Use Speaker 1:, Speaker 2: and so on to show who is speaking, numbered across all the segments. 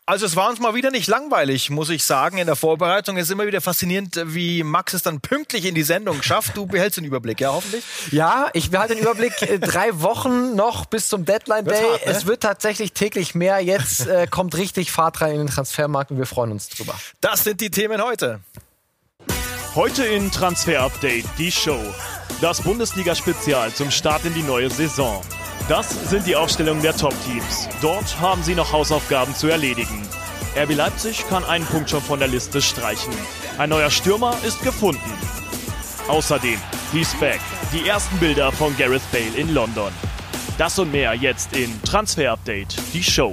Speaker 1: Also es war uns mal wieder nicht langweilig, muss ich sagen. In der Vorbereitung ist immer wieder faszinierend, wie Max es dann pünktlich in die Sendung schafft. Du behältst den Überblick, ja, hoffentlich?
Speaker 2: Ja, ich behalte den Überblick. 3 Wochen noch bis zum Deadline Day.
Speaker 1: Hart, ne?
Speaker 2: Es wird tatsächlich täglich mehr. Jetzt kommt richtig Fahrt rein in den Transfermarkt und wir freuen uns drüber.
Speaker 1: Das sind die Themen heute.
Speaker 3: Heute in Transfer Update die Show. Das Bundesliga-Spezial zum Start in die neue Saison. Das sind die Aufstellungen der Top-Teams. Dort haben sie noch Hausaufgaben zu erledigen. RB Leipzig kann einen Punkt schon von der Liste streichen. Ein neuer Stürmer ist gefunden. Außerdem, he's back. Die ersten Bilder von Gareth Bale in London. Das und mehr jetzt in Transfer Update, die Show.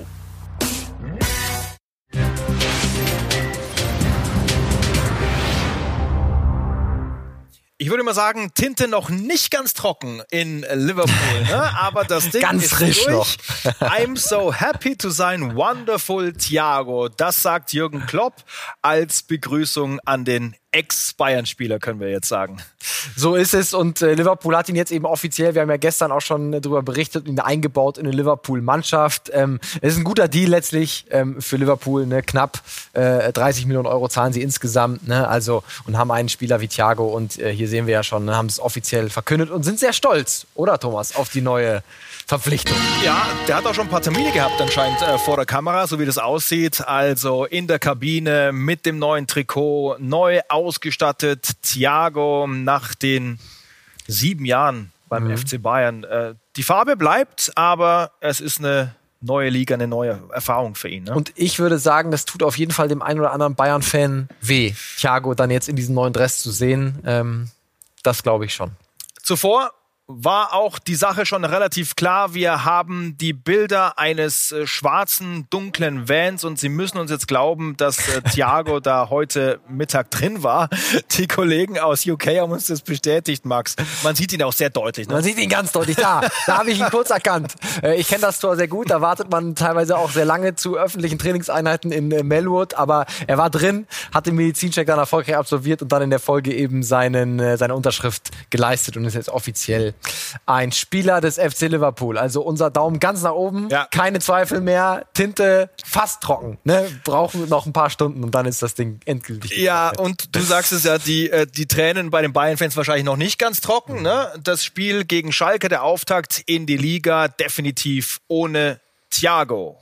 Speaker 1: Ich würde mal sagen, Tinte noch nicht ganz trocken in Liverpool, ne? Aber das Ding
Speaker 2: ganz
Speaker 1: ist
Speaker 2: frisch
Speaker 1: durch.
Speaker 2: noch.
Speaker 1: I'm so happy to sign wonderful Thiago. Das sagt Jürgen Klopp als Begrüßung an den Ex-Bayern-Spieler, können wir jetzt sagen.
Speaker 2: So ist es und Liverpool hat ihn jetzt eben offiziell, wir haben ja gestern auch schon darüber berichtet, ihn eingebaut in eine Liverpool-Mannschaft. Es ist ein guter Deal letztlich für Liverpool, ne? Knapp 30 Millionen Euro zahlen sie insgesamt, ne? Also, und haben einen Spieler wie Thiago und hier sehen wir ja schon, ne? Haben es offiziell verkündet und sind sehr stolz, oder Thomas, auf die neue Verpflichtung.
Speaker 1: Ja, der hat auch schon ein paar Termine gehabt anscheinend vor der Kamera, so wie das aussieht. Also in der Kabine mit dem neuen Trikot, neu ausgestattet. Thiago nach den 7 Jahren beim FC Bayern. Die Farbe bleibt, aber es ist eine neue Liga, eine neue Erfahrung für ihn. Ne?
Speaker 2: Und ich würde sagen, das tut auf jeden Fall dem einen oder anderen Bayern-Fan weh, Thiago dann jetzt in diesem neuen Dress zu sehen. Das glaube ich schon.
Speaker 1: Zuvor war auch die Sache schon relativ klar. Wir haben die Bilder eines schwarzen, dunklen Vans und Sie müssen uns jetzt glauben, dass Thiago da heute Mittag drin war. Die Kollegen aus UK haben uns das bestätigt, Max. Man sieht ihn auch sehr deutlich. Ne?
Speaker 2: Man sieht ihn ganz deutlich. Da habe ich ihn kurz erkannt. Ich kenne das Tor sehr gut. Da wartet man teilweise auch sehr lange zu öffentlichen Trainingseinheiten in Melwood. Aber er war drin, hat den Medizincheck dann erfolgreich absolviert und dann in der Folge eben seine Unterschrift geleistet und ist jetzt offiziell ein Spieler des FC Liverpool. Also unser Daumen ganz nach oben. Ja. Keine Zweifel mehr. Tinte fast trocken. Ne? Brauchen noch ein paar Stunden und dann ist das Ding endgültig.
Speaker 1: Ja, und du sagst es ja, die Tränen bei den Bayern-Fans wahrscheinlich noch nicht ganz trocken. Ne? Das Spiel gegen Schalke, der Auftakt in die Liga, definitiv ohne Thiago.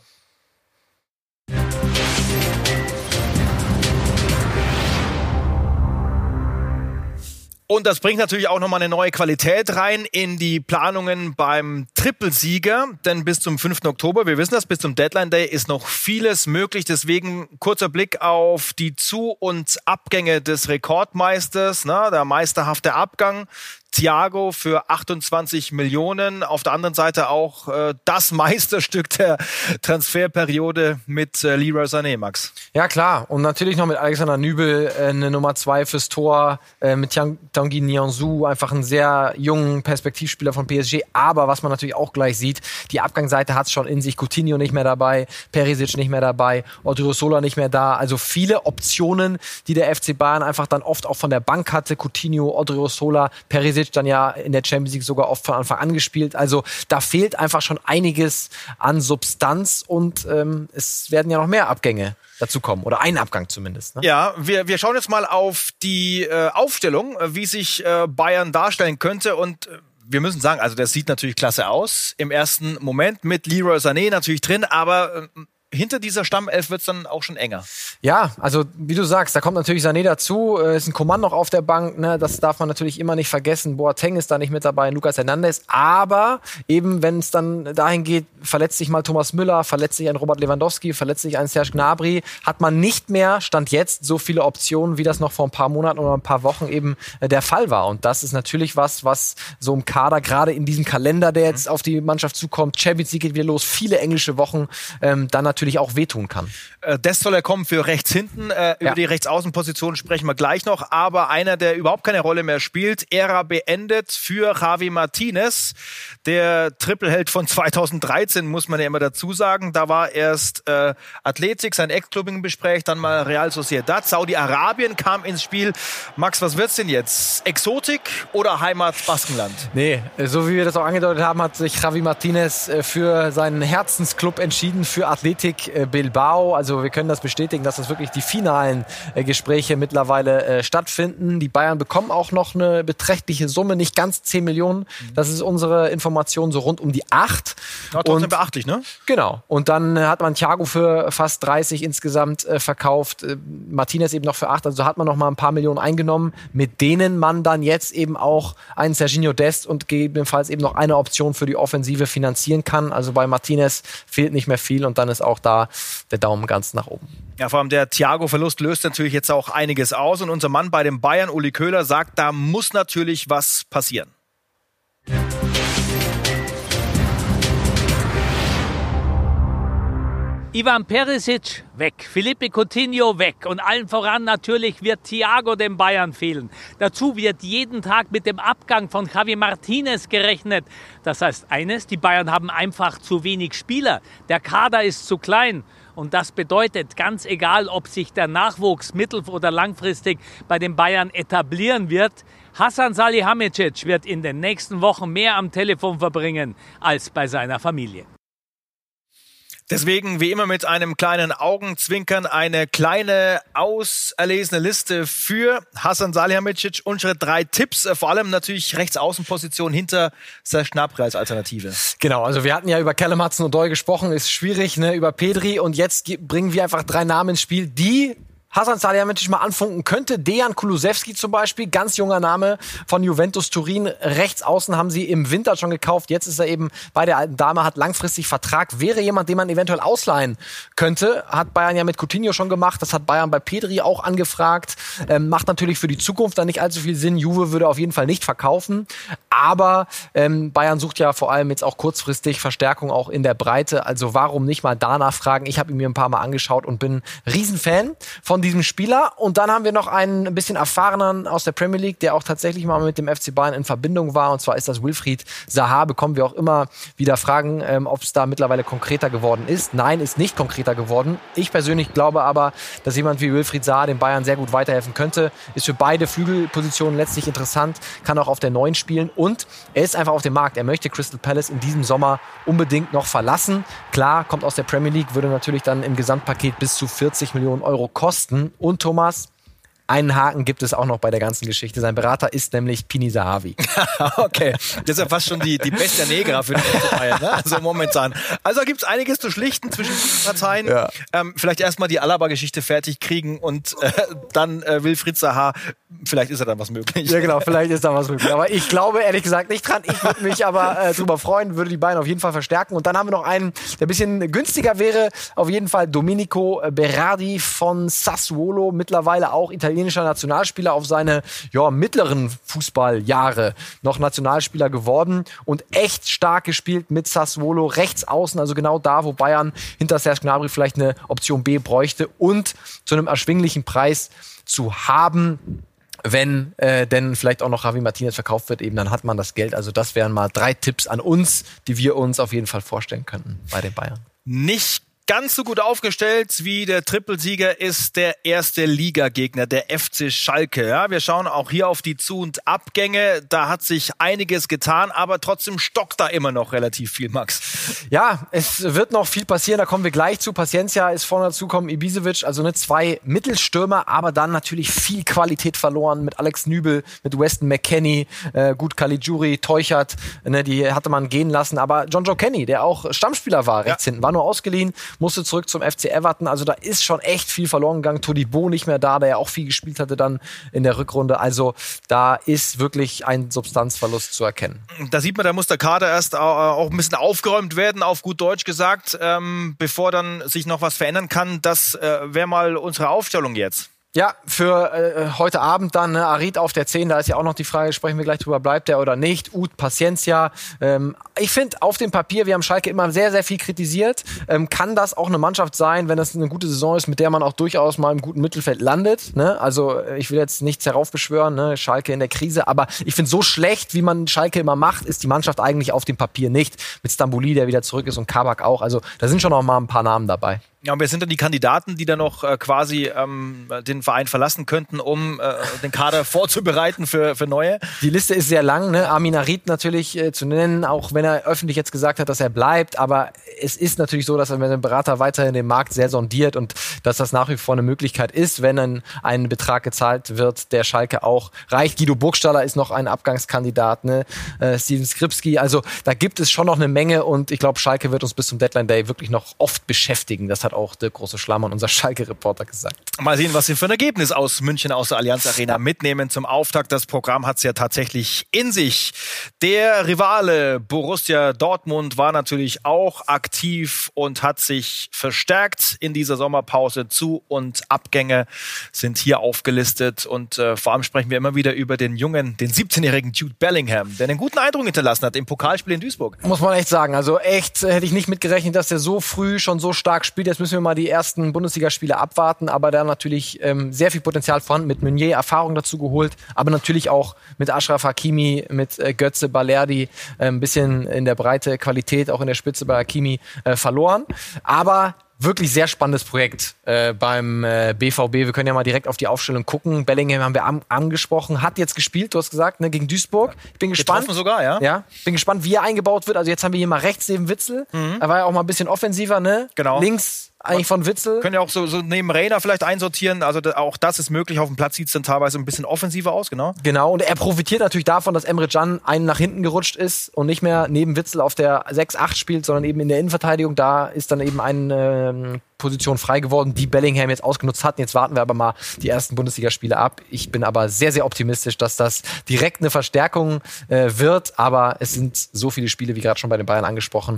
Speaker 1: Und das bringt natürlich auch nochmal eine neue Qualität rein in die Planungen beim Trippelsieger. Denn bis zum 5. Oktober, wir wissen das, bis zum Deadline Day ist noch vieles möglich. Deswegen kurzer Blick auf die Zu- und Abgänge des Rekordmeisters. Na, der meisterhafte Abgang. Thiago für 28 Millionen. Auf der anderen Seite auch das Meisterstück der Transferperiode mit Leroy Sané, Max.
Speaker 2: Ja, klar. Und natürlich noch mit Alexander Nübel eine Nummer 2 fürs Tor. Mit Tanguy Nianzou, einfach einen sehr jungen Perspektivspieler von PSG. Aber was man natürlich auch gleich sieht, die Abgangsseite hat es schon in sich. Coutinho nicht mehr dabei, Perisic nicht mehr dabei, Odriozola nicht mehr da. Also viele Optionen, die der FC Bayern einfach dann oft auch von der Bank hatte. Coutinho, Odriozola, Perisic dann ja in der Champions League sogar oft von Anfang an gespielt. Also da fehlt einfach schon einiges an Substanz und es werden ja noch mehr Abgänge dazu kommen. Oder ein Abgang zumindest. Ne?
Speaker 1: Ja, wir schauen jetzt mal auf die Aufstellung, wie sich Bayern darstellen könnte und wir müssen sagen, also das sieht natürlich klasse aus im ersten Moment mit Leroy Sané natürlich drin, aber hinter dieser Stammelf wird es dann auch schon enger.
Speaker 2: Ja, also wie du sagst, da kommt natürlich Sané dazu, ist ein Coman noch auf der Bank, ne? Das darf man natürlich immer nicht vergessen. Boateng ist da nicht mit dabei, Lucas Hernandez, aber eben wenn es dann dahin geht, verletzt sich mal Thomas Müller, verletzt sich ein Robert Lewandowski, verletzt sich ein Serge Gnabry, hat man nicht mehr, Stand jetzt, so viele Optionen, wie das noch vor ein paar Monaten oder ein paar Wochen eben der Fall war. Und das ist natürlich was so im Kader, gerade in diesem Kalender, der jetzt auf die Mannschaft zukommt, Champions League geht wieder los, viele englische Wochen, dann natürlich auch wehtun kann.
Speaker 1: Das soll er kommen für rechts hinten. Über die Rechtsaußenposition sprechen wir gleich noch. Aber einer, der überhaupt keine Rolle mehr spielt, Ära beendet für Javi Martinez. Der Tripleheld von 2013, muss man ja immer dazu sagen. Da war erst Athletic, sein Ex-Club im Gespräch, dann mal Real Sociedad. Saudi-Arabien kam ins Spiel. Max, was wird's denn jetzt? Exotik oder Heimat Baskenland?
Speaker 2: Nee, so wie wir das auch angedeutet haben, hat sich Javi Martinez für seinen Herzensclub entschieden, für Athletic. Athletic Bilbao. Also wir können das bestätigen, dass das wirklich die finalen Gespräche mittlerweile stattfinden. Die Bayern bekommen auch noch eine beträchtliche Summe, nicht ganz 10 Millionen. Das ist unsere Information, so rund um die 8.
Speaker 1: Ja, trotzdem beachtlich, ne?
Speaker 2: Genau. Und dann hat man Thiago für fast 30 insgesamt verkauft. Martinez eben noch für 8. Also hat man noch mal ein paar Millionen eingenommen, mit denen man dann jetzt eben auch einen Serginho Dest und gegebenenfalls eben noch eine Option für die Offensive finanzieren kann. Also bei Martinez fehlt nicht mehr viel und dann ist auch da der Daumen ganz nach oben.
Speaker 1: Ja, vor allem der Thiago-Verlust löst natürlich jetzt auch einiges aus und unser Mann bei den Bayern, Uli Köhler, sagt, da muss natürlich was passieren.
Speaker 4: Ivan Perisic weg, Felipe Coutinho weg und allen voran natürlich wird Thiago den Bayern fehlen. Dazu wird jeden Tag mit dem Abgang von Javi Martinez gerechnet. Das heißt eines, die Bayern haben einfach zu wenig Spieler. Der Kader ist zu klein. Und das bedeutet, ganz egal, ob sich der Nachwuchs mittel- oder langfristig bei den Bayern etablieren wird, Hasan Salihamidzic wird in den nächsten Wochen mehr am Telefon verbringen als bei seiner Familie.
Speaker 1: Deswegen wie immer mit einem kleinen Augenzwinkern eine kleine auserlesene Liste für Hasan Salihamidzic. Unsere 3 Tipps, vor allem natürlich Rechtsaußenposition hinter Serge Gnabry als Alternative.
Speaker 2: Genau, also wir hatten ja über Callum Hudson-Odoi gesprochen, ist schwierig, ne, über Pedri und jetzt bringen wir einfach 3 Namen ins Spiel, die Hasan Salihamidzic mal anfunken könnte. Dejan Kulusevski zum Beispiel, ganz junger Name von Juventus Turin. Rechts außen haben sie im Winter schon gekauft. Jetzt ist er eben bei der alten Dame, hat langfristig Vertrag. Wäre jemand, den man eventuell ausleihen könnte. Hat Bayern ja mit Coutinho schon gemacht. Das hat Bayern bei Pedri auch angefragt. Macht natürlich für die Zukunft dann nicht allzu viel Sinn. Juve würde auf jeden Fall nicht verkaufen. Aber Bayern sucht ja vor allem jetzt auch kurzfristig Verstärkung auch in der Breite. Also warum nicht mal danach fragen? Ich habe ihn mir ein paar Mal angeschaut und bin Riesenfan von diesem Spieler. Und dann haben wir noch einen ein bisschen erfahrenen aus der Premier League, der auch tatsächlich mal mit dem FC Bayern in Verbindung war. Und zwar ist das Wilfried Zaha. Bekommen wir auch immer wieder Fragen, ob es da mittlerweile konkreter geworden ist. Nein, ist nicht konkreter geworden. Ich persönlich glaube aber, dass jemand wie Wilfried Zaha den Bayern sehr gut weiterhelfen könnte. Ist für beide Flügelpositionen letztlich interessant. Kann auch auf der 9 spielen. Und er ist einfach auf dem Markt. Er möchte Crystal Palace in diesem Sommer unbedingt noch verlassen. Klar, kommt aus der Premier League, würde natürlich dann im Gesamtpaket bis zu 40 Millionen Euro kosten. Und Thomas, einen Haken gibt es auch noch bei der ganzen Geschichte. Sein Berater ist nämlich Pini Zahavi.
Speaker 1: Okay, das ist ja fast schon die Bestia Negra für den FC Bayern, ne? Also momentan. Also da gibt es einiges zu schlichten zwischen diesen Parteien. Ja. Vielleicht erstmal die Alaba-Geschichte fertig kriegen und dann Wilfried Zaha. Vielleicht ist ja dann was möglich.
Speaker 2: Ja genau, vielleicht ist da was möglich. Aber ich glaube ehrlich gesagt nicht dran. Ich würde mich aber drüber freuen, würde die Bayern auf jeden Fall verstärken. Und dann haben wir noch einen, der ein bisschen günstiger wäre. Auf jeden Fall Domenico Berardi von Sassuolo. Mittlerweile auch italienischer Nationalspieler auf seine mittleren Fußballjahre noch Nationalspieler geworden und echt stark gespielt mit Sassuolo rechts außen, also genau da, wo Bayern hinter Serge Gnabry vielleicht eine Option B bräuchte und zu einem erschwinglichen Preis zu haben. Wenn denn vielleicht auch noch Javi Martinez verkauft wird, eben dann hat man das Geld. Also das wären mal 3 Tipps an uns, die wir uns auf jeden Fall vorstellen könnten bei den Bayern.
Speaker 1: Nicht ganz so gut aufgestellt wie der Trippelsieger ist der erste Ligagegner, der FC Schalke. Ja, wir schauen auch hier auf die Zu- und Abgänge. Da hat sich einiges getan, aber trotzdem stockt da immer noch relativ viel, Max.
Speaker 2: Ja, es wird noch viel passieren, da kommen wir gleich zu. Paciencia ist vorne dazugekommen, Ibisevic, also 2 Mittelstürmer, aber dann natürlich viel Qualität verloren mit Alex Nübel, mit Weston McKennie, gut Caligiuri, Teuchert, die hatte man gehen lassen, aber John-Joe Kenny, der auch Stammspieler war rechts hinten, war nur ausgeliehen, musste zurück zum FC Everton. Also da ist schon echt viel verloren gegangen. Todibo nicht mehr da, der ja auch viel gespielt hatte dann in der Rückrunde. Also da ist wirklich ein Substanzverlust zu erkennen.
Speaker 1: Da sieht man, da muss der Kader erst auch ein bisschen aufgeräumt werden, auf gut Deutsch gesagt, bevor dann sich noch was verändern kann. Das wäre mal unsere Aufstellung jetzt.
Speaker 2: Ja, für heute Abend dann Arid auf der 10, da ist ja auch noch die Frage, sprechen wir gleich drüber, bleibt der oder nicht. Ud, Paciencia. Ich finde auf dem Papier, wir haben Schalke immer sehr, sehr viel kritisiert, kann das auch eine Mannschaft sein, wenn das eine gute Saison ist, mit der man auch durchaus mal im guten Mittelfeld landet. Ne? Also ich will jetzt nichts heraufbeschwören, ne? Schalke in der Krise, aber ich finde, so schlecht, wie man Schalke immer macht, ist die Mannschaft eigentlich auf dem Papier nicht. Mit Stambouli, der wieder zurück ist und Kabak auch. Also da sind schon noch mal ein paar Namen dabei.
Speaker 1: Ja, und wer sind denn die Kandidaten, die dann noch quasi den Verein verlassen könnten, um den Kader vorzubereiten für neue?
Speaker 2: Die Liste ist sehr lang, ne? Amin Harit natürlich zu nennen, auch wenn er öffentlich jetzt gesagt hat, dass er bleibt. Aber es ist natürlich so, dass er mit dem Berater weiterhin den Markt sehr sondiert und dass das nach wie vor eine Möglichkeit ist, wenn dann ein Betrag gezahlt wird, der Schalke auch reicht. Guido Burgstaller ist noch ein Abgangskandidat, ne? Steven Skripski. Also da gibt es schon noch eine Menge und ich glaube, Schalke wird uns bis zum Deadline Day wirklich noch oft beschäftigen. Das hat auch der große Schlammer, unser Schalke-Reporter, gesagt.
Speaker 1: Mal sehen, was wir für ein Ergebnis aus München, aus der Allianz Arena mitnehmen zum Auftakt. Das Programm hat es ja tatsächlich in sich. Der Rivale Borussia Dortmund war natürlich auch aktiv und hat sich verstärkt in dieser Sommerpause. Zu- und Abgänge sind hier aufgelistet und vor allem sprechen wir immer wieder über den jungen, den 17-jährigen Jude Bellingham, der einen guten Eindruck hinterlassen hat im Pokalspiel in Duisburg.
Speaker 2: Muss man echt sagen. Also echt hätte ich nicht mitgerechnet, dass der so früh schon so stark spielt. Jetzt müssen wir mal die ersten Bundesligaspiele abwarten, aber da natürlich sehr viel Potenzial vorhanden, mit Meunier Erfahrung dazu geholt, aber natürlich auch mit Achraf Hakimi, mit Götze, Balerdi, ein bisschen in der Breite, Qualität auch in der Spitze bei Hakimi verloren. Aber wirklich sehr spannendes Projekt beim BVB. Wir können ja mal direkt auf die Aufstellung gucken. Bellingham haben wir angesprochen, hat jetzt gespielt, du hast gesagt, ne, gegen Duisburg. Ich bin gespannt.
Speaker 1: Getroffen sogar, ja?
Speaker 2: Ja, bin gespannt, wie er eingebaut wird. Also jetzt haben wir hier mal rechts neben Witzel. Er war ja auch mal ein bisschen offensiver, ne?
Speaker 1: Genau.
Speaker 2: Links eigentlich von Witzel.
Speaker 1: Können ja auch so neben Reina vielleicht einsortieren. Also auch das ist möglich. Auf dem Platz sieht es dann teilweise ein bisschen offensiver aus, genau.
Speaker 2: Genau, und er profitiert natürlich davon, dass Emre Can einen nach hinten gerutscht ist und nicht mehr neben Witzel auf der 6-8 spielt, sondern eben in der Innenverteidigung. Da ist dann eben eine Position frei geworden, die Bellingham jetzt ausgenutzt hat. Jetzt warten wir aber mal die ersten Bundesligaspiele ab. Ich bin aber sehr, sehr optimistisch, dass das direkt eine Verstärkung wird. Aber es sind so viele Spiele, wie gerade schon bei den Bayern angesprochen.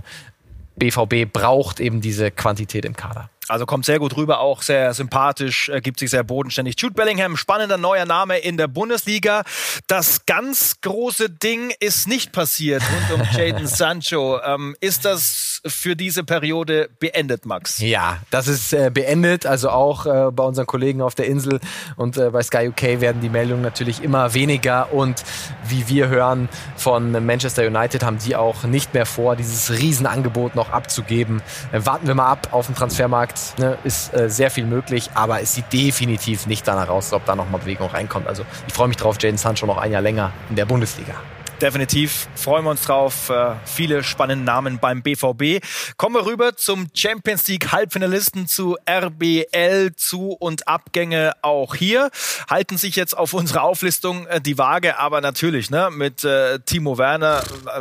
Speaker 2: BVB braucht eben diese Quantität im Kader.
Speaker 1: Also kommt sehr gut rüber, auch sehr sympathisch, gibt sich sehr bodenständig. Jude Bellingham, spannender neuer Name in der Bundesliga. Das ganz große Ding ist nicht passiert rund um Jadon Sancho. Ist das für diese Periode beendet, Max?
Speaker 2: Ja, das ist beendet. Also auch bei unseren Kollegen auf der Insel und bei Sky UK werden die Meldungen natürlich immer weniger. Und wie wir hören von Manchester United, haben die auch nicht mehr vor, dieses Riesenangebot noch abzugeben. Warten wir mal ab auf den Transfermarkt. Ne, ist sehr viel möglich, aber es sieht definitiv nicht danach aus, ob da noch mal Bewegung reinkommt. Also ich freue mich drauf, Jadon Sancho noch ein Jahr länger in der Bundesliga.
Speaker 1: Definitiv freuen wir uns drauf. Viele spannende Namen beim BVB. Kommen wir rüber zum Champions League Halbfinalisten, zu RBL, Zu- und Abgänge auch hier. Halten sich jetzt auf unsere Auflistung die Waage, aber natürlich mit Timo Werner,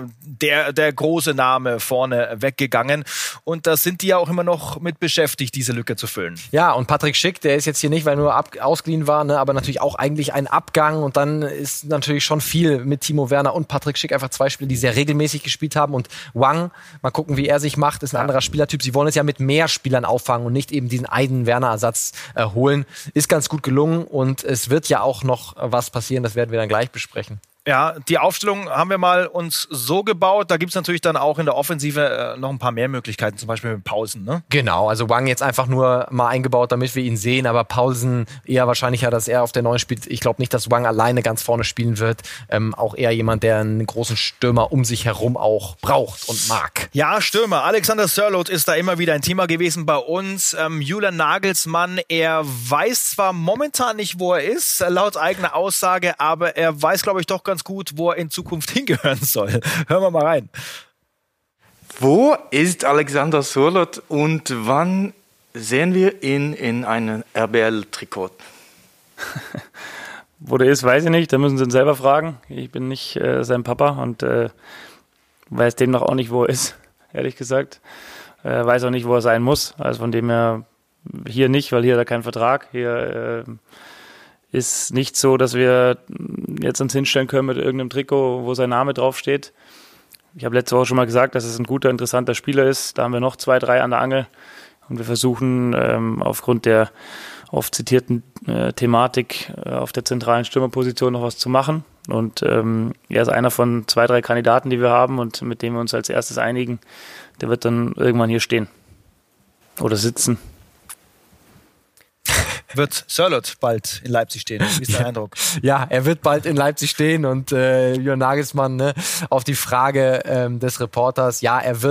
Speaker 1: der große Name vorne weggegangen. Und da sind die ja auch immer noch mit beschäftigt, diese Lücke zu füllen.
Speaker 2: Ja, und Patrick Schick, der ist jetzt hier nicht, weil er nur ausgeliehen war, ne, aber natürlich auch eigentlich ein Abgang. Und dann ist natürlich schon viel mit Timo Werner und Patrick Schick, einfach zwei Spieler, die sehr regelmäßig gespielt haben. Und Wang, mal gucken, wie er sich macht, ist ein anderer Spielertyp. Sie wollen es ja mit mehr Spielern auffangen und nicht eben diesen einen Werner-Ersatz holen. Ist ganz gut gelungen und es wird ja auch noch was passieren, das werden wir dann gleich besprechen.
Speaker 1: Ja, die Aufstellung haben wir mal uns so gebaut. Da gibt's natürlich dann auch in der Offensive noch ein paar mehr Möglichkeiten, zum Beispiel mit Pausen, ne?
Speaker 2: Genau, also Wang jetzt einfach nur mal eingebaut, damit wir ihn sehen, aber Paulsen eher wahrscheinlicher, dass er auf der 9 spielt. Ich glaube nicht, dass Wang alleine ganz vorne spielen wird. Auch eher jemand, der einen großen Stürmer um sich herum auch braucht und mag.
Speaker 1: Ja, Stürmer. Alexander Sørloth ist da immer wieder ein Thema gewesen bei uns. Julian Nagelsmann, er weiß zwar momentan nicht, wo er ist, laut eigener Aussage, aber er weiß, glaube ich, doch ganz gut, wo er in Zukunft hingehören soll. Hören wir mal rein.
Speaker 5: Wo ist Alexander Sørloth und wann sehen wir ihn in einem RBL-Trikot?
Speaker 6: Wo der ist, weiß ich nicht. Da müssen Sie ihn selber fragen. Ich bin nicht sein Papa und weiß demnach auch nicht, wo er ist, ehrlich gesagt. Weiß auch nicht, wo er sein muss. Also von dem her hier nicht, weil hier hat er keinen Vertrag. Hier ist nicht so, dass wir jetzt uns hinstellen können mit irgendeinem Trikot, wo sein Name draufsteht. Ich habe letzte Woche schon mal gesagt, dass es ein guter, interessanter Spieler ist. Da haben wir noch 2, 3 an der Angel. Und wir versuchen aufgrund der oft zitierten Thematik auf der zentralen Stürmerposition noch was zu machen. Und er ist einer von 2, 3 Kandidaten, die wir haben und mit dem wir uns als erstes einigen. Der wird dann irgendwann hier stehen oder sitzen.
Speaker 1: Wird Sørloth bald in Leipzig stehen? Wie ist dein Eindruck?
Speaker 2: Ja, er wird bald in Leipzig stehen und Julian Nagelsmann auf die Frage des Reporters, ja, er wird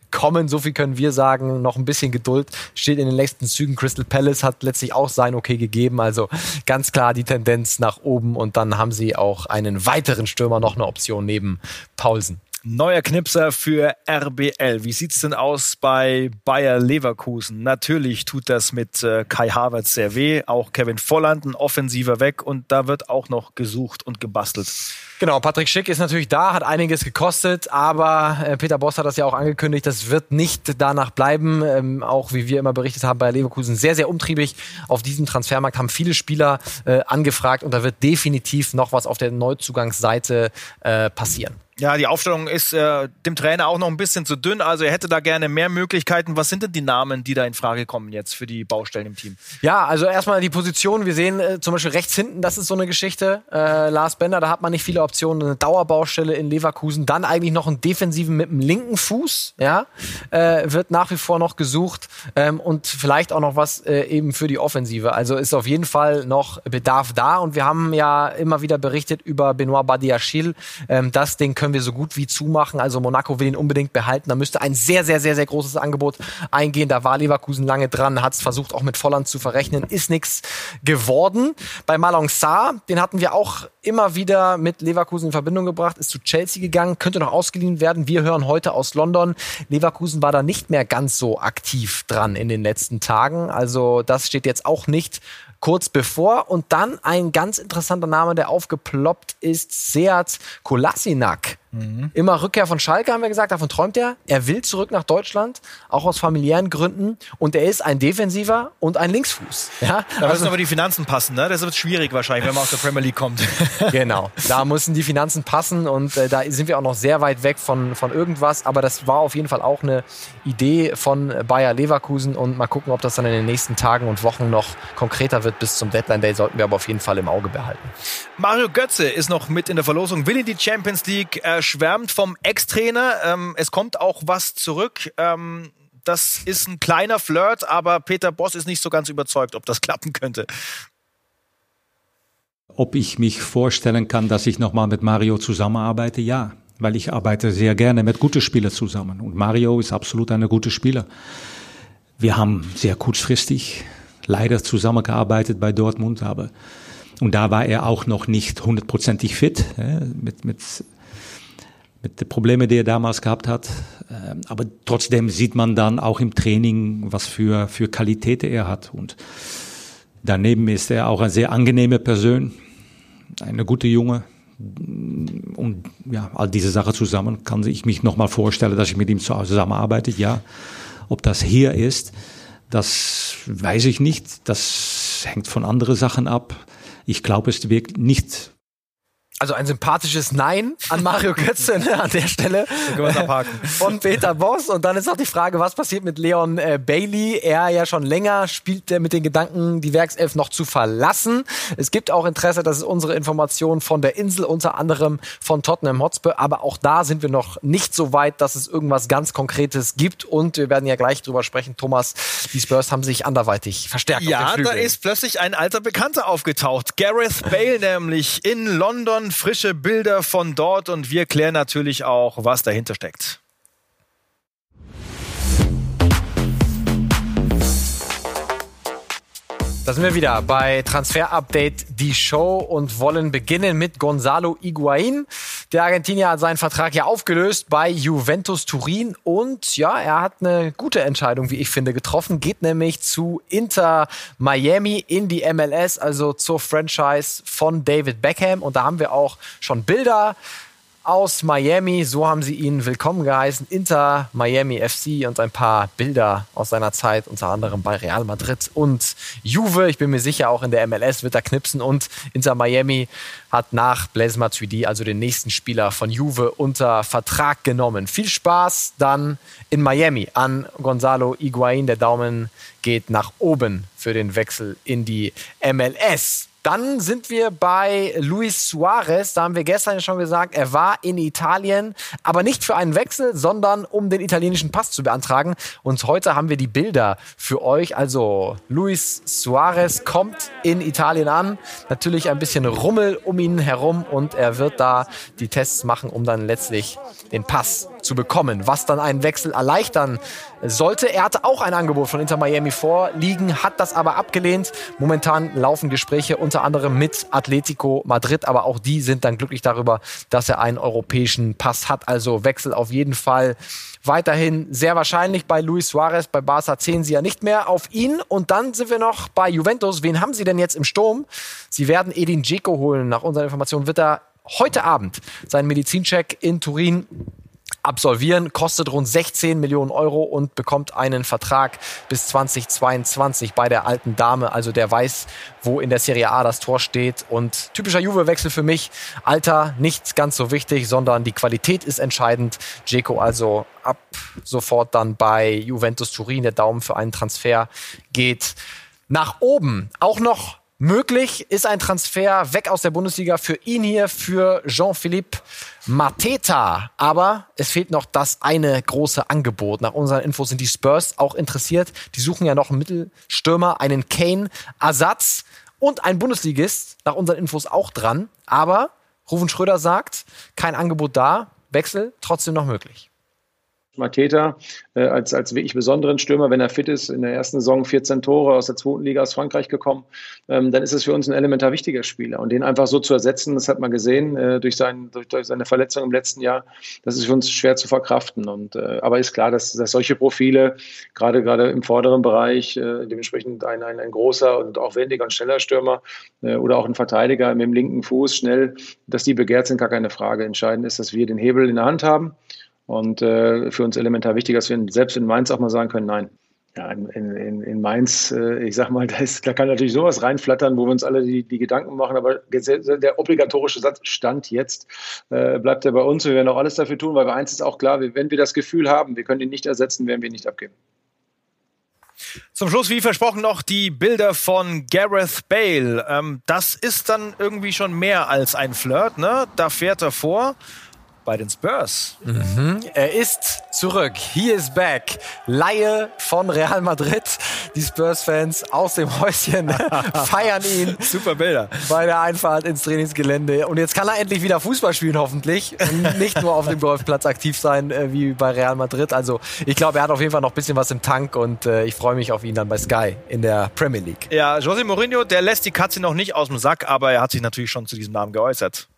Speaker 2: kommen. So viel können wir sagen. Noch ein bisschen Geduld steht in den nächsten Zügen. Crystal Palace hat letztlich auch sein Okay gegeben. Also ganz klar die Tendenz nach oben. Und dann haben sie auch einen weiteren Stürmer, noch eine Option neben Paulsen.
Speaker 1: Neuer Knipser für RBL. Wie sieht's denn aus bei Bayer Leverkusen? Natürlich tut das mit Kai Havertz sehr weh. Auch Kevin Volland, ein Offensiver weg. Und da wird auch noch gesucht und gebastelt.
Speaker 2: Genau, Patrick Schick ist natürlich da, hat einiges gekostet, aber Peter Bosz hat das ja auch angekündigt, das wird nicht danach bleiben. Auch wie wir immer berichtet haben, bei Leverkusen sehr, sehr umtriebig auf diesem Transfermarkt, haben viele Spieler angefragt und da wird definitiv noch was auf der Neuzugangsseite passieren.
Speaker 1: Ja, die Aufstellung ist dem Trainer auch noch ein bisschen zu dünn. Also er hätte da gerne mehr Möglichkeiten. Was sind denn die Namen, die da in Frage kommen jetzt für die Baustellen im Team?
Speaker 2: Ja, also erstmal die Position. Wir sehen zum Beispiel rechts hinten, das ist so eine Geschichte. Lars Bender, da hat man nicht viele Optionen. Eine Dauerbaustelle in Leverkusen. Dann eigentlich noch einen Defensiven mit dem linken Fuß. Ja, wird nach wie vor noch gesucht. Und vielleicht auch noch was eben für die Offensive. Also ist auf jeden Fall noch Bedarf da. Und wir haben ja immer wieder berichtet über Benoit Badiachil. Das Ding können wir so gut wie zumachen. Also Monaco will ihn unbedingt behalten. Da müsste ein sehr, sehr, sehr, sehr großes Angebot eingehen. Da war Leverkusen lange dran, hat es versucht auch mit Volland zu verrechnen. Ist nichts geworden. Bei Malang Sarr, den hatten wir auch immer wieder mit Leverkusen in Verbindung gebracht, ist zu Chelsea gegangen, könnte noch ausgeliehen werden. Wir hören heute aus London. Leverkusen war da nicht mehr ganz so aktiv dran in den letzten Tagen. Also das steht jetzt auch nicht kurz bevor. Und dann ein ganz interessanter Name, der aufgeploppt ist, Sead Kolasinac. Immer Rückkehr von Schalke, haben wir gesagt, davon träumt er. Er will zurück nach Deutschland, auch aus familiären Gründen. Und er ist ein Defensiver und ein Linksfuß. Ja?
Speaker 1: Da müssen aber die Finanzen passen, ne? Das wird schwierig wahrscheinlich, wenn man aus der Premier League kommt.
Speaker 2: Genau, da müssen die Finanzen passen und da sind wir auch noch sehr weit weg von irgendwas. Aber das war auf jeden Fall auch eine Idee von Bayer Leverkusen. Und mal gucken, ob das dann in den nächsten Tagen und Wochen noch konkreter wird. Bis zum Deadline Day sollten wir aber auf jeden Fall im Auge behalten.
Speaker 1: Mario Götze ist noch mit in der Verlosung, will in die Champions League, schwärmt vom Ex-Trainer. Es kommt auch was zurück. Das ist ein kleiner Flirt, aber Peter Bosz ist nicht so ganz überzeugt, ob das klappen könnte.
Speaker 7: Ob ich mich vorstellen kann, dass ich nochmal mit Mario zusammenarbeite? Ja, weil ich arbeite sehr gerne mit guten Spielern zusammen. Und Mario ist absolut ein guter Spieler. Wir haben sehr kurzfristig leider zusammengearbeitet bei Dortmund, und da war er auch noch nicht 100% fit, mit den Problemen, die er damals gehabt hat. Aber trotzdem sieht man dann auch im Training, was für Qualität er hat. Und daneben ist er auch eine sehr angenehme Person, eine gute Junge. Und ja, all diese Sachen zusammen kann ich mich nochmal vorstellen, dass ich mit ihm zusammenarbeite. Ja, ob das hier ist, das weiß ich nicht. Das hängt von anderen Sachen ab. Ich glaube, es wirkt nicht.
Speaker 2: Also ein sympathisches Nein an Mario Götze an der Stelle von Peter Bosz. Und dann ist noch die Frage, was passiert mit Leon Bailey? Er ja schon länger spielt mit den Gedanken, die Werkself noch zu verlassen. Es gibt auch Interesse, das ist unsere Information von der Insel, unter anderem von Tottenham Hotspur. Aber auch da sind wir noch nicht so weit, dass es irgendwas ganz Konkretes gibt. Und wir werden ja gleich drüber sprechen, Thomas, die Spurs haben sich anderweitig verstärkt.
Speaker 1: Ja, da ist plötzlich ein alter Bekannter aufgetaucht. Gareth Bale nämlich in London. Frische Bilder von dort und wir klären natürlich auch, was dahinter steckt.
Speaker 2: Da sind wir wieder bei Transfer Update, die Show, und wollen beginnen mit Gonzalo Higuaín. Der Argentinier hat seinen Vertrag ja aufgelöst bei Juventus Turin und ja, er hat eine gute Entscheidung, wie ich finde, getroffen. Geht nämlich zu Inter Miami in die MLS, also zur Franchise von David Beckham. Und da haben wir auch schon Bilder aus Miami, so haben sie ihn willkommen geheißen, Inter Miami FC, und ein paar Bilder aus seiner Zeit, unter anderem bei Real Madrid und Juve. Ich bin mir sicher, auch in der MLS wird er knipsen, und Inter Miami hat nach Blaise Matuidi, also den nächsten Spieler von Juve, unter Vertrag genommen. Viel Spaß dann in Miami an Gonzalo Higuaín. Der Daumen geht nach oben für den Wechsel in die MLS. Dann sind wir bei Luis Suarez. Da haben wir gestern schon gesagt, er war in Italien, aber nicht für einen Wechsel, sondern um den italienischen Pass zu beantragen. Und heute haben wir die Bilder für euch. Also Luis Suarez kommt in Italien an. Natürlich ein bisschen Rummel um ihn herum und er wird da die Tests machen, um dann letztlich den Pass zu bekommen, was dann einen Wechsel erleichtern sollte. Er hatte auch ein Angebot von Inter Miami vorliegen, hat das aber abgelehnt. Momentan laufen Gespräche unter anderem mit Atletico Madrid, aber auch die sind dann glücklich darüber, dass er einen europäischen Pass hat. Also Wechsel auf jeden Fall weiterhin sehr wahrscheinlich bei Luis Suarez. Bei Barca zählen sie ja nicht mehr auf ihn. Und dann sind wir noch bei Juventus. Wen haben sie denn jetzt im Sturm? Sie werden Edin Dzeko holen. Nach unseren Informationen wird er heute Abend seinen Medizincheck in Turin absolvieren, kostet rund 16 Millionen Euro und bekommt einen Vertrag bis 2022 bei der alten Dame. Also der weiß, wo in der Serie A das Tor steht. Und typischer Juve-Wechsel für mich. Alter nicht ganz so wichtig, sondern die Qualität ist entscheidend. Dzeko also ab sofort dann bei Juventus Turin. Der Daumen für einen Transfer geht nach oben. Auch noch möglich ist ein Transfer weg aus der Bundesliga für ihn hier, für Jean-Philippe Mateta. Aber es fehlt noch das eine große Angebot. Nach unseren Infos sind die Spurs auch interessiert. Die suchen ja noch einen Mittelstürmer, einen Kane-Ersatz und ein Bundesligist, nach unseren Infos auch dran. Aber Ruven Schröder sagt, kein Angebot da, Wechsel trotzdem noch möglich.
Speaker 8: Mateta als wirklich besonderen Stürmer, wenn er fit ist, in der ersten Saison 14 Tore aus der 2. Liga aus Frankreich gekommen, dann ist es für uns ein elementar wichtiger Spieler. Und den einfach so zu ersetzen, das hat man gesehen, durch seine Verletzung im letzten Jahr, das ist für uns schwer zu verkraften. Aber ist klar, dass solche Profile, gerade im vorderen Bereich, dementsprechend ein großer und auch wendiger und schneller Stürmer oder auch ein Verteidiger mit dem linken Fuß schnell, dass die begehrt sind, gar keine Frage. Entscheidend ist, dass wir den Hebel in der Hand haben. Und für uns elementar wichtig, dass wir selbst in Mainz auch mal sagen können, nein. Ja, in Mainz, ich sag mal, da kann natürlich sowas reinflattern, wo wir uns alle die Gedanken machen, aber der obligatorische Satz Stand jetzt bleibt er bei uns. Wir werden auch alles dafür tun, weil bei eins ist auch klar, wenn wir das Gefühl haben, wir können ihn nicht ersetzen, werden wir ihn nicht abgeben.
Speaker 1: Zum Schluss, wie versprochen, noch die Bilder von Gareth Bale. Das ist dann irgendwie schon mehr als ein Flirt, ne? Da fährt er vor. Bei den Spurs.
Speaker 2: Er ist zurück. He is back. Laie von Real Madrid. Die Spurs-Fans aus dem Häuschen feiern ihn.
Speaker 1: Super Bilder.
Speaker 2: Bei der Einfahrt ins Trainingsgelände. Und jetzt kann er endlich wieder Fußball spielen, hoffentlich. Und nicht nur auf dem Golfplatz aktiv sein, wie bei Real Madrid. Also ich glaube, er hat auf jeden Fall noch ein bisschen was im Tank und ich freue mich auf ihn dann bei Sky in der Premier League.
Speaker 1: Ja, José Mourinho, der lässt die Katze noch nicht aus dem Sack, aber er hat sich natürlich schon zu diesem Namen geäußert.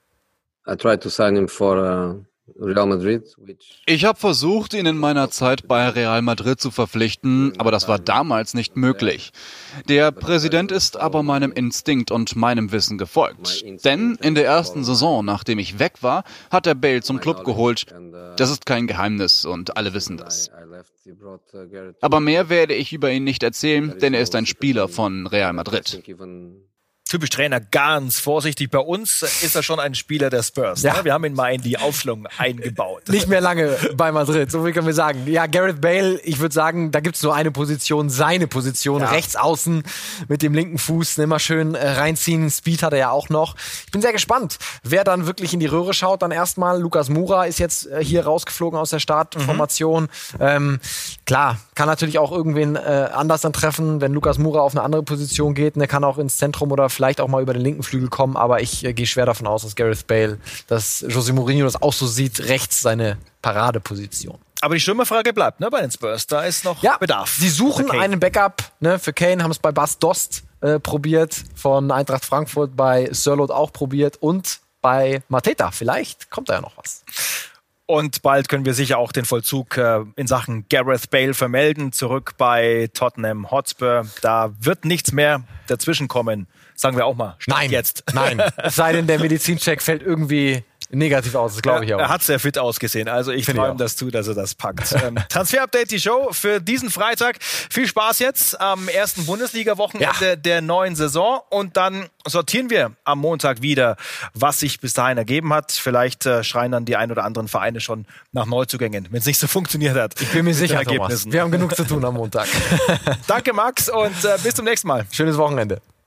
Speaker 9: Ich habe versucht, ihn in meiner Zeit bei Real Madrid zu verpflichten, aber das war damals nicht möglich. Der Präsident ist aber meinem Instinkt und meinem Wissen gefolgt. Denn in der ersten Saison, nachdem ich weg war, hat er Bale zum Club geholt. Das ist kein Geheimnis und alle wissen das. Aber mehr werde ich über ihn nicht erzählen, denn er ist ein Spieler von Real Madrid.
Speaker 1: Typisch Trainer, ganz vorsichtig. Bei uns ist er schon ein Spieler der Spurs. Ja. Ne? Wir haben ihn mal in die Aufstellung eingebaut.
Speaker 2: Nicht mehr lange bei Madrid, so viel können wir sagen. Ja, Gareth Bale, ich würde sagen, da gibt es nur eine Position, seine Position, rechts außen mit dem linken Fuß, immer schön reinziehen. Speed hat er ja auch noch. Ich bin sehr gespannt, wer dann wirklich in die Röhre schaut. Dann erstmal Lucas Moura ist jetzt hier rausgeflogen aus der Startformation. Klar, kann natürlich auch irgendwen anders dann treffen, wenn Lucas Moura auf eine andere Position geht. Der kann auch ins Zentrum oder vielleicht auch mal über den linken Flügel kommen, aber ich gehe schwer davon aus, dass Gareth Bale, dass José Mourinho das auch so sieht, rechts seine Paradeposition.
Speaker 1: Aber die Stürmerfrage bleibt, ne, bei den Spurs. Da ist noch Bedarf.
Speaker 2: Sie suchen einen Backup, ne, für Kane, haben es bei Bas Dost probiert, von Eintracht Frankfurt, bei Sörloth auch probiert und bei Mateta. Vielleicht kommt da ja noch was.
Speaker 1: Und bald können wir sicher auch den Vollzug in Sachen Gareth Bale vermelden. Zurück bei Tottenham Hotspur. Da wird nichts mehr dazwischen kommen. Sagen wir auch mal.
Speaker 2: Nein,
Speaker 1: jetzt.
Speaker 2: Nein. Es sei denn, der Medizincheck fällt irgendwie negativ aus, das glaube ich auch.
Speaker 1: Er hat sehr fit ausgesehen, also ich traue ihm das zu, dass er das packt. Transfer-Update, die Show für diesen Freitag. Viel Spaß jetzt am ersten Bundesliga-Wochenende der neuen Saison und dann sortieren wir am Montag wieder, was sich bis dahin ergeben hat. Vielleicht schreien dann die ein oder anderen Vereine schon nach Neuzugängen, wenn es nicht so funktioniert hat.
Speaker 2: Ich bin mir sicher, Thomas. Wir haben genug zu tun am Montag.
Speaker 1: Danke, Max, und bis zum nächsten Mal.
Speaker 2: Schönes Wochenende.